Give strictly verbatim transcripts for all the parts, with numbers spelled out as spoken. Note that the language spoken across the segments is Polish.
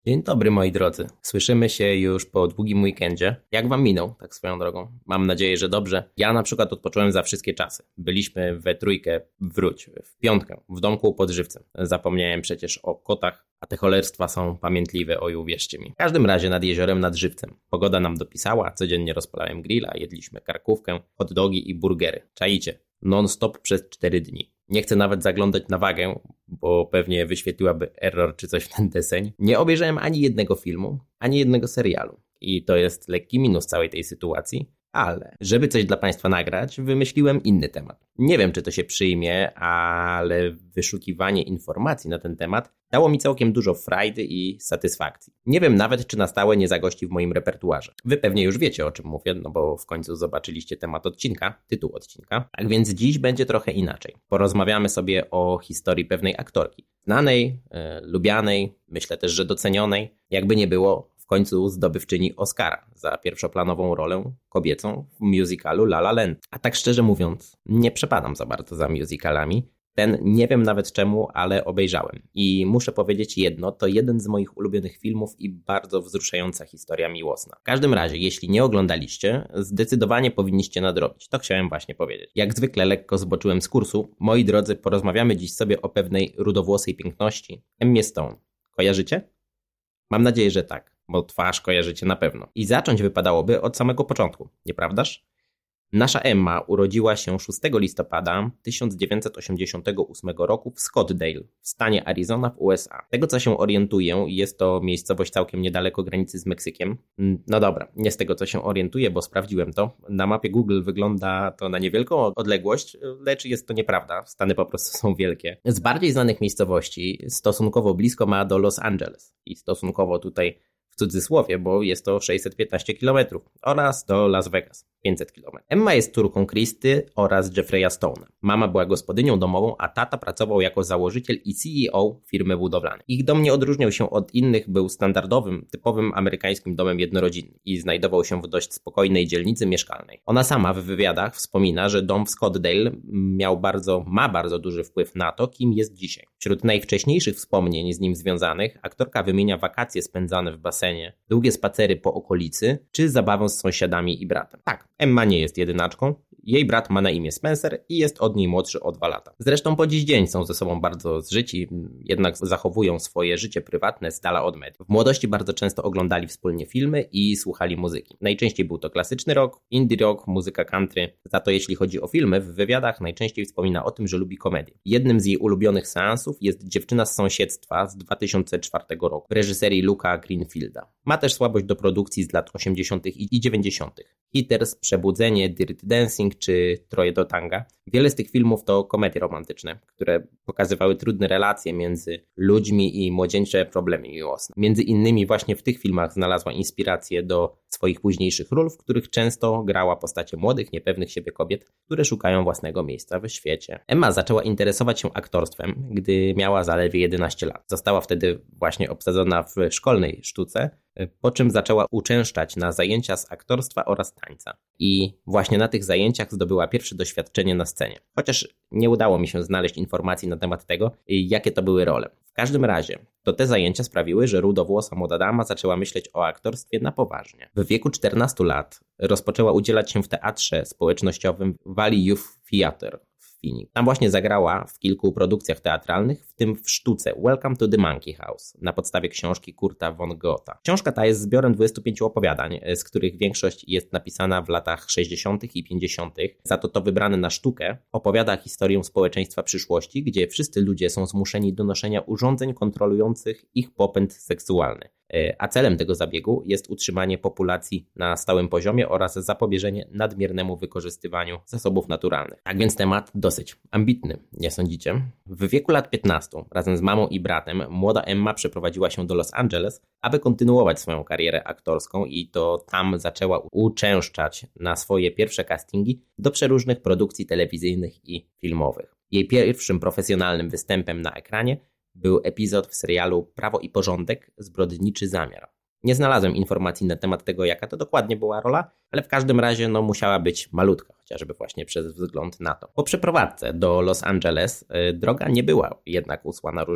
Dzień dobry moi drodzy. Słyszymy się już po długim weekendzie. Jak wam minął, tak swoją drogą? Mam nadzieję, że dobrze. Ja na przykład odpocząłem za wszystkie czasy. Byliśmy we trójkę, wróć, w piątkę, w domku pod żywcem. Zapomniałem przecież o kotach, a te cholerstwa są pamiętliwe, oj uwierzcie mi. W każdym razie nad jeziorem nad żywcem. Pogoda nam dopisała, codziennie rozpalałem grilla, jedliśmy karkówkę, hot dogi i burgery. Czaicie? Non-stop przez cztery dni. Nie chcę nawet zaglądać na wagę, bo pewnie wyświetliłaby error czy coś w ten deseń. Nie obejrzałem ani jednego filmu, ani jednego serialu. I to jest lekki minus całej tej sytuacji. Ale żeby coś dla Państwa nagrać, wymyśliłem inny temat. Nie wiem, czy to się przyjmie, ale wyszukiwanie informacji na ten temat dało mi całkiem dużo frajdy i satysfakcji. Nie wiem nawet, czy na stałe nie zagości w moim repertuarze. Wy pewnie już wiecie, o czym mówię, no bo w końcu zobaczyliście temat odcinka, tytuł odcinka. Tak więc dziś będzie trochę inaczej. Porozmawiamy sobie o historii pewnej aktorki. Znanej, e, lubianej, myślę też, że docenionej. Jakby nie było, w końcu zdobywczyni Oscara za pierwszoplanową rolę kobiecą w musicalu La La Land. A tak szczerze mówiąc, nie przepadam za bardzo za musicalami. Ten nie wiem nawet czemu, ale obejrzałem. I muszę powiedzieć jedno, to jeden z moich ulubionych filmów i bardzo wzruszająca historia miłosna. W każdym razie, jeśli nie oglądaliście, zdecydowanie powinniście nadrobić. To chciałem właśnie powiedzieć. Jak zwykle lekko zboczyłem z kursu. Moi drodzy, porozmawiamy dziś sobie o pewnej rudowłosej piękności, Emmie Stone. Kojarzycie? Mam nadzieję, że tak, bo twarz kojarzycie na pewno. I zacząć wypadałoby od samego początku, nieprawdaż? Nasza Emma urodziła się szóstego listopada tysiąc dziewięćset osiemdziesiątego ósmego roku w Scottsdale, w stanie Arizona w U S A. Z tego co się orientuję, jest to miejscowość całkiem niedaleko granicy z Meksykiem. No dobra, nie z tego co się orientuję, bo sprawdziłem to. Na mapie Google wygląda to na niewielką odległość, lecz jest to nieprawda. Stany po prostu są wielkie. Z bardziej znanych miejscowości stosunkowo blisko ma do Los Angeles i stosunkowo tutaj w cudzysłowie, bo jest to sześćset piętnaście kilometrów, oraz do Las Vegas, pięćset kilometrów. Emma jest córką Christy oraz Jeffrey'a Stone'a. Mama była gospodynią domową, a tata pracował jako założyciel i C E O firmy budowlanej. Ich dom nie odróżniał się od innych, był standardowym, typowym amerykańskim domem jednorodzinnym i znajdował się w dość spokojnej dzielnicy mieszkalnej. Ona sama w wywiadach wspomina, że dom w Scottsdale miał bardzo, ma bardzo duży wpływ na to, kim jest dzisiaj. Wśród najwcześniejszych wspomnień z nim związanych aktorka wymienia wakacje spędzane w basenie, długie spacery po okolicy, czy zabawę z sąsiadami i bratem. Tak, Emma nie jest jedynaczką. Jej brat ma na imię Spencer i jest od niej młodszy o dwa lata. Zresztą po dziś dzień są ze sobą bardzo zżyci, jednak zachowują swoje życie prywatne z dala od mediów. W młodości bardzo często oglądali wspólnie filmy i słuchali muzyki. Najczęściej był to klasyczny rock, indie rock, muzyka country. Za to jeśli chodzi o filmy, w wywiadach najczęściej wspomina o tym, że lubi komedię. Jednym z jej ulubionych seansów jest Dziewczyna z sąsiedztwa z dwa tysiące czwartego roku w reżyserii Luca Greenfielda. Ma też słabość do produkcji z lat osiemdziesiątych i dziewięćdziesiątych. Hitters, Przebudzenie, Dirty Dancing czy Troje do tanga. Wiele z tych filmów to komedie romantyczne, które pokazywały trudne relacje między ludźmi i młodzieńcze problemy miłosne. Między innymi właśnie w tych filmach znalazła inspirację do swoich późniejszych ról, w których często grała postacie młodych, niepewnych siebie kobiet, które szukają własnego miejsca w świecie. Emma zaczęła interesować się aktorstwem, gdy miała zaledwie jedenaście lat. Została wtedy właśnie obsadzona w szkolnej sztuce, po czym zaczęła uczęszczać na zajęcia z aktorstwa oraz tańca. I właśnie na tych zajęciach zdobyła pierwsze doświadczenie na scenie. Chociaż nie udało mi się znaleźć informacji na temat tego, jakie to były role. W każdym razie, to te zajęcia sprawiły, że rudowłosa młoda dama zaczęła myśleć o aktorstwie na poważnie. W wieku czternastu lat rozpoczęła udzielać się w teatrze społecznościowym Valley Youth Theatre. Tam właśnie zagrała w kilku produkcjach teatralnych, w tym w sztuce Welcome to the Monkey House na podstawie książki Kurta Vonnegota. Książka ta jest zbiorem dwudziestu pięciu opowiadań, z których większość jest napisana w latach sześćdziesiątych i pięćdziesiątych. Za to to wybrane na sztukę opowiada historię społeczeństwa przyszłości, gdzie wszyscy ludzie są zmuszeni do noszenia urządzeń kontrolujących ich popęd seksualny. A celem tego zabiegu jest utrzymanie populacji na stałym poziomie oraz zapobieżenie nadmiernemu wykorzystywaniu zasobów naturalnych. Tak więc temat dosyć ambitny, nie sądzicie? W wieku lat piętnastu razem z mamą i bratem młoda Emma przeprowadziła się do Los Angeles, aby kontynuować swoją karierę aktorską i to tam zaczęła uczęszczać na swoje pierwsze castingi do przeróżnych produkcji telewizyjnych i filmowych. Jej pierwszym profesjonalnym występem na ekranie był epizod w serialu Prawo i Porządek – Zbrodniczy Zamiar. Nie znalazłem informacji na temat tego, jaka to dokładnie była rola, ale w każdym razie no, musiała być malutka, chociażby właśnie przez wzgląd na to. Po przeprowadzce do Los Angeles y, droga nie była jednak usłana różami.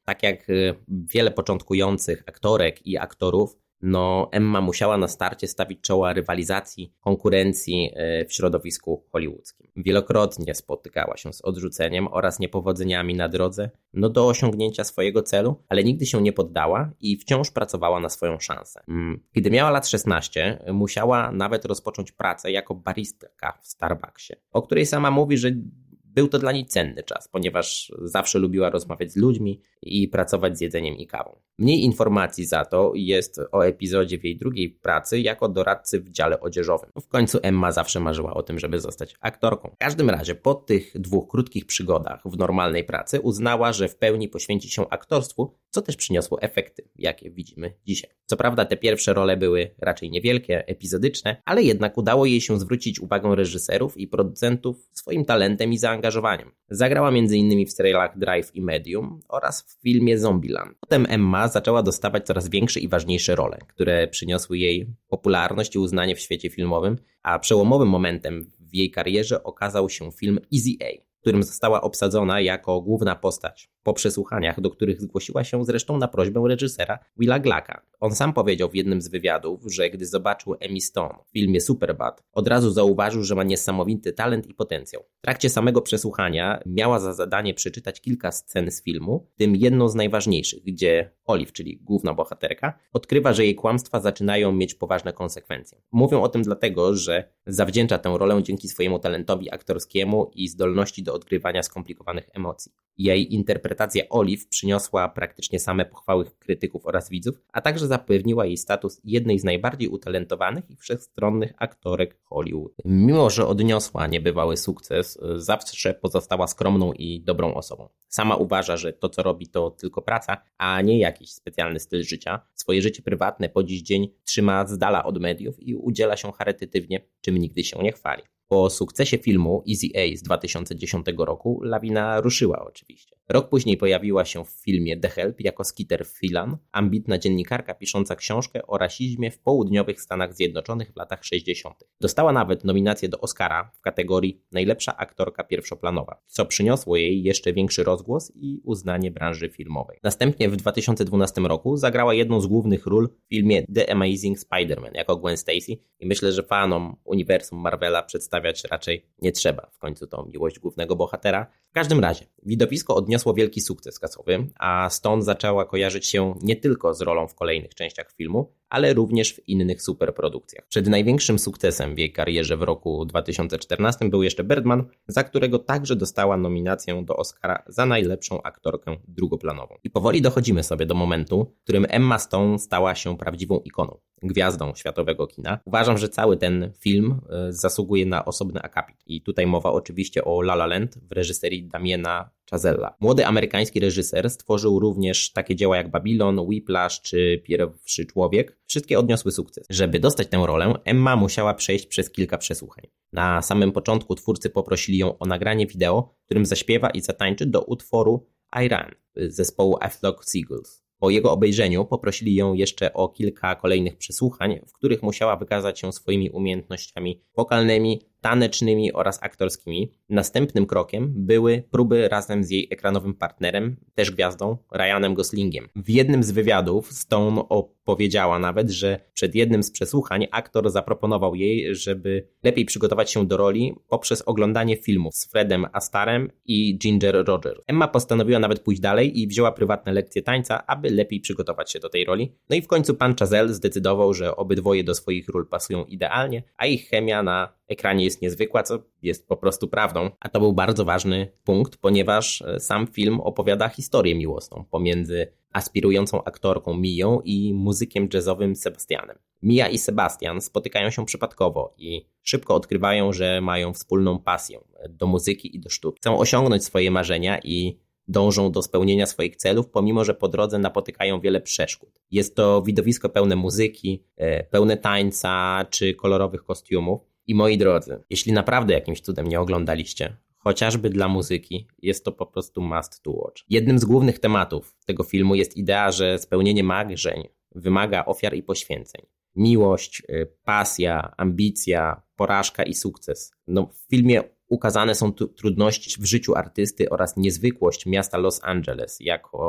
Tak jak wiele początkujących aktorek i aktorów, no Emma musiała na starcie stawić czoła rywalizacji, konkurencji w środowisku hollywoodzkim. Wielokrotnie spotykała się z odrzuceniem oraz niepowodzeniami na drodze no do osiągnięcia swojego celu, ale nigdy się nie poddała i wciąż pracowała na swoją szansę. Kiedy miała lat szesnaście, musiała nawet rozpocząć pracę jako baristka w Starbucksie, o której sama mówi, że był to dla niej cenny czas, ponieważ zawsze lubiła rozmawiać z ludźmi i pracować z jedzeniem i kawą. Mniej informacji za to jest o epizodzie w jej drugiej pracy jako doradcy w dziale odzieżowym. W końcu Emma zawsze marzyła o tym, żeby zostać aktorką. W każdym razie po tych dwóch krótkich przygodach w normalnej pracy uznała, że w pełni poświęci się aktorstwu, co też przyniosło efekty, jakie widzimy dzisiaj. Co prawda te pierwsze role były raczej niewielkie, epizodyczne, ale jednak udało jej się zwrócić uwagę reżyserów i producentów swoim talentem i zaangażowaniem. Zagrała między innymi w serialach Drive i Medium oraz w filmie Zombieland. Potem Emma zaczęła dostawać coraz większe i ważniejsze role, które przyniosły jej popularność i uznanie w świecie filmowym, a przełomowym momentem w jej karierze okazał się film Easy A, w którym została obsadzona jako główna postać po przesłuchaniach, do których zgłosiła się zresztą na prośbę reżysera Willa Glacka. On sam powiedział w jednym z wywiadów, że gdy zobaczył Emmy Stone w filmie Superbad, od razu zauważył, że ma niesamowity talent i potencjał. W trakcie samego przesłuchania miała za zadanie przeczytać kilka scen z filmu, w tym jedną z najważniejszych, gdzie Olive, czyli główna bohaterka, odkrywa, że jej kłamstwa zaczynają mieć poważne konsekwencje. Mówią o tym dlatego, że zawdzięcza tę rolę dzięki swojemu talentowi aktorskiemu i zdolności do odgrywania skomplikowanych emocji. Jej interpretacja Olive przyniosła praktycznie same pochwały krytyków oraz widzów, a także zapewniła jej status jednej z najbardziej utalentowanych i wszechstronnych aktorek Hollywood. Mimo że odniosła niebywały sukces, zawsze pozostała skromną i dobrą osobą. Sama uważa, że to co robi to tylko praca, a nie jakiś specjalny styl życia. Swoje życie prywatne po dziś dzień trzyma z dala od mediów i udziela się charytatywnie, czym nigdy się nie chwali. Po sukcesie filmu Easy A z dwa tysiące dziesiątego roku lawina ruszyła oczywiście. Rok później pojawiła się w filmie The Help jako Skeeter Phelan, ambitna dziennikarka pisząca książkę o rasizmie w południowych Stanach Zjednoczonych w latach sześćdziesiątych. Dostała nawet nominację do Oscara w kategorii Najlepsza aktorka pierwszoplanowa, co przyniosło jej jeszcze większy rozgłos i uznanie branży filmowej. Następnie w dwa tysiące dwunastym roku zagrała jedną z głównych ról w filmie The Amazing Spider-Man jako Gwen Stacy i myślę, że fanom uniwersum Marvela przedstawiać raczej nie trzeba. W końcu to miłość głównego bohatera. W każdym razie widowisko odniosło wielki sukces kasowy, a Stone zaczęła kojarzyć się nie tylko z rolą w kolejnych częściach filmu, ale również w innych superprodukcjach. Przed największym sukcesem w jej karierze w roku dwa tysiące czternastym był jeszcze Birdman, za którego także dostała nominację do Oscara za najlepszą aktorkę drugoplanową. I powoli dochodzimy sobie do momentu, w którym Emma Stone stała się prawdziwą ikoną, gwiazdą światowego kina. Uważam, że cały ten film zasługuje na osobny akapit. I tutaj mowa oczywiście o La La Land w reżyserii Damiena Chazella. Młody amerykański reżyser stworzył również takie dzieła jak Babylon, Whiplash czy Pierwszy Człowiek. Wszystkie odniosły sukces. Żeby dostać tę rolę, Emma musiała przejść przez kilka przesłuchań. Na samym początku twórcy poprosili ją o nagranie wideo, w którym zaśpiewa i zatańczy do utworu I Ran zespołu A Flock Seagulls. Po jego obejrzeniu poprosili ją jeszcze o kilka kolejnych przesłuchań, w których musiała wykazać się swoimi umiejętnościami wokalnymi, tanecznymi oraz aktorskimi. Następnym krokiem były próby razem z jej ekranowym partnerem, też gwiazdą, Ryanem Goslingiem. W jednym z wywiadów Stone opowiedziała nawet, że przed jednym z przesłuchań aktor zaproponował jej, żeby lepiej przygotować się do roli poprzez oglądanie filmów z Fredem Astarem i Ginger Rogers. Emma postanowiła nawet pójść dalej i wzięła prywatne lekcje tańca, aby lepiej przygotować się do tej roli. No i w końcu pan Chazelle zdecydował, że obydwoje do swoich ról pasują idealnie, a ich chemia na ekranie jest niezwykła, co jest po prostu prawdą. A to był bardzo ważny punkt, ponieważ sam film opowiada historię miłosną pomiędzy aspirującą aktorką Mią i muzykiem jazzowym Sebastianem. Mia i Sebastian spotykają się przypadkowo i szybko odkrywają, że mają wspólną pasję do muzyki i do sztuki. Chcą osiągnąć swoje marzenia i dążą do spełnienia swoich celów, pomimo że po drodze napotykają wiele przeszkód. Jest to widowisko pełne muzyki, pełne tańca czy kolorowych kostiumów. I moi drodzy, jeśli naprawdę jakimś cudem nie oglądaliście, chociażby dla muzyki, jest to po prostu must to watch. Jednym z głównych tematów tego filmu jest idea, że spełnienie marzeń wymaga ofiar i poświęceń. Miłość, pasja, ambicja, porażka i sukces. No, w filmie ukazane są tu trudności w życiu artysty oraz niezwykłość miasta Los Angeles jako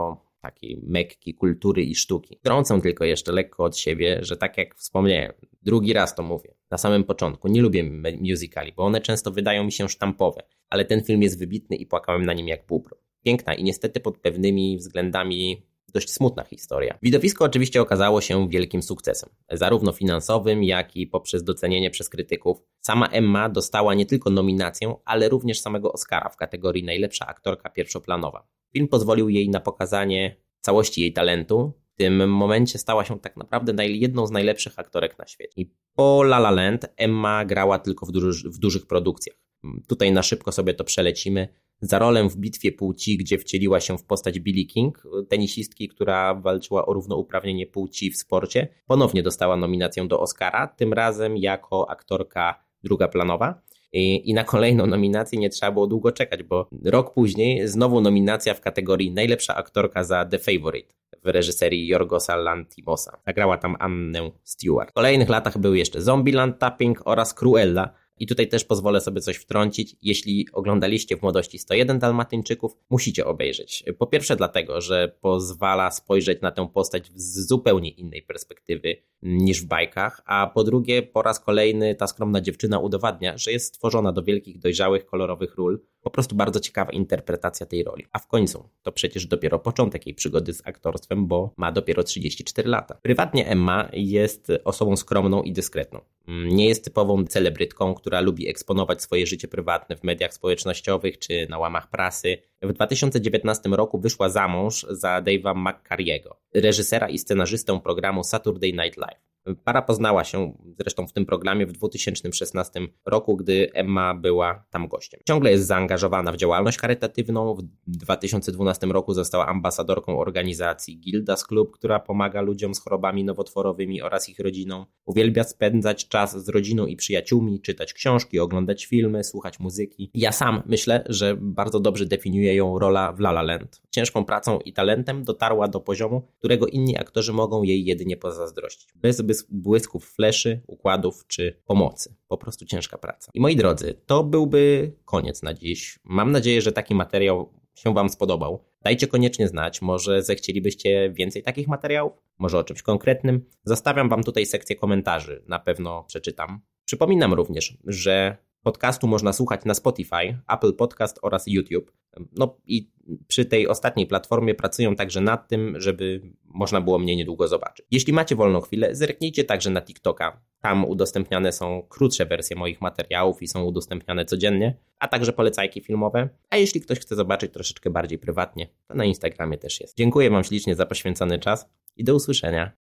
takiej Mekki kultury i sztuki. Trącę tylko jeszcze lekko od siebie, że tak jak wspomniałem, drugi raz to mówię, na samym początku, nie lubię musicali, bo one często wydają mi się sztampowe, ale ten film jest wybitny i płakałem na nim jak bóbr. Piękna i niestety pod pewnymi względami dość smutna historia. Widowisko oczywiście okazało się wielkim sukcesem, zarówno finansowym, jak i poprzez docenienie przez krytyków. Sama Emma dostała nie tylko nominację, ale również samego Oscara w kategorii najlepsza aktorka pierwszoplanowa. Film pozwolił jej na pokazanie całości jej talentu. W tym momencie stała się tak naprawdę jedną z najlepszych aktorek na świecie. I po La La Land Emma grała tylko w, duży, w dużych produkcjach. Tutaj na szybko sobie to przelecimy. Za rolę w Bitwie Płci, gdzie wcieliła się w postać Billie King, tenisistki, która walczyła o równouprawnienie płci w sporcie, ponownie dostała nominację do Oscara, tym razem jako aktorka drugoplanowa. I, I na kolejną nominację nie trzeba było długo czekać, bo rok później znowu nominacja w kategorii najlepsza aktorka za The Favourite w reżyserii Yorgosa Lanthimosa. Zagrała tam Annę Stewart. W kolejnych latach były jeszcze Zombieland, Tapping oraz Cruella. I tutaj też pozwolę sobie coś wtrącić. Jeśli oglądaliście w młodości sto jeden Dalmatyńczyków, musicie obejrzeć. Po pierwsze dlatego, że pozwala spojrzeć na tę postać z zupełnie innej perspektywy niż w bajkach, a po drugie po raz kolejny ta skromna dziewczyna udowadnia, że jest stworzona do wielkich, dojrzałych, kolorowych ról. Po prostu bardzo ciekawa interpretacja tej roli. A w końcu to przecież dopiero początek jej przygody z aktorstwem, bo ma dopiero trzydzieści cztery lata. Prywatnie Emma jest osobą skromną i dyskretną. Nie jest typową celebrytką, która lubi eksponować swoje życie prywatne w mediach społecznościowych czy na łamach prasy. W dwa tysiące dziewiętnastym roku wyszła za mąż za Dave'a McCarriego, reżysera i scenarzystę programu Saturday Night Live. Para poznała się zresztą w tym programie w dwa tysiące szesnastym roku, gdy Emma była tam gościem. Ciągle jest zaangażowana w działalność charytatywną. W dwa tysiące dwunastym roku została ambasadorką organizacji Gilda's Club, która pomaga ludziom z chorobami nowotworowymi oraz ich rodzinom. Uwielbia spędzać czas z rodziną i przyjaciółmi, czytać książki, oglądać filmy, słuchać muzyki. Ja sam myślę, że bardzo dobrze definiuje ją rola w La La Land. Ciężką pracą i talentem dotarła do poziomu, którego inni aktorzy mogą jej jedynie pozazdrościć. Bez błysków fleszy, układów czy pomocy. Po prostu ciężka praca. I moi drodzy, to byłby koniec na dziś. Mam nadzieję, że taki materiał się Wam spodobał. Dajcie koniecznie znać, może zechcielibyście więcej takich materiałów, może o czymś konkretnym. Zostawiam Wam tutaj sekcję komentarzy, na pewno przeczytam. Przypominam również, że podcastu można słuchać na Spotify, Apple Podcast oraz YouTube. No i przy tej ostatniej platformie pracują także nad tym, żeby można było mnie niedługo zobaczyć. Jeśli macie wolną chwilę, zerknijcie także na TikToka. Tam udostępniane są krótsze wersje moich materiałów i są udostępniane codziennie, a także polecajki filmowe. A jeśli ktoś chce zobaczyć troszeczkę bardziej prywatnie, to na Instagramie też jest. Dziękuję Wam ślicznie za poświęcony czas i do usłyszenia.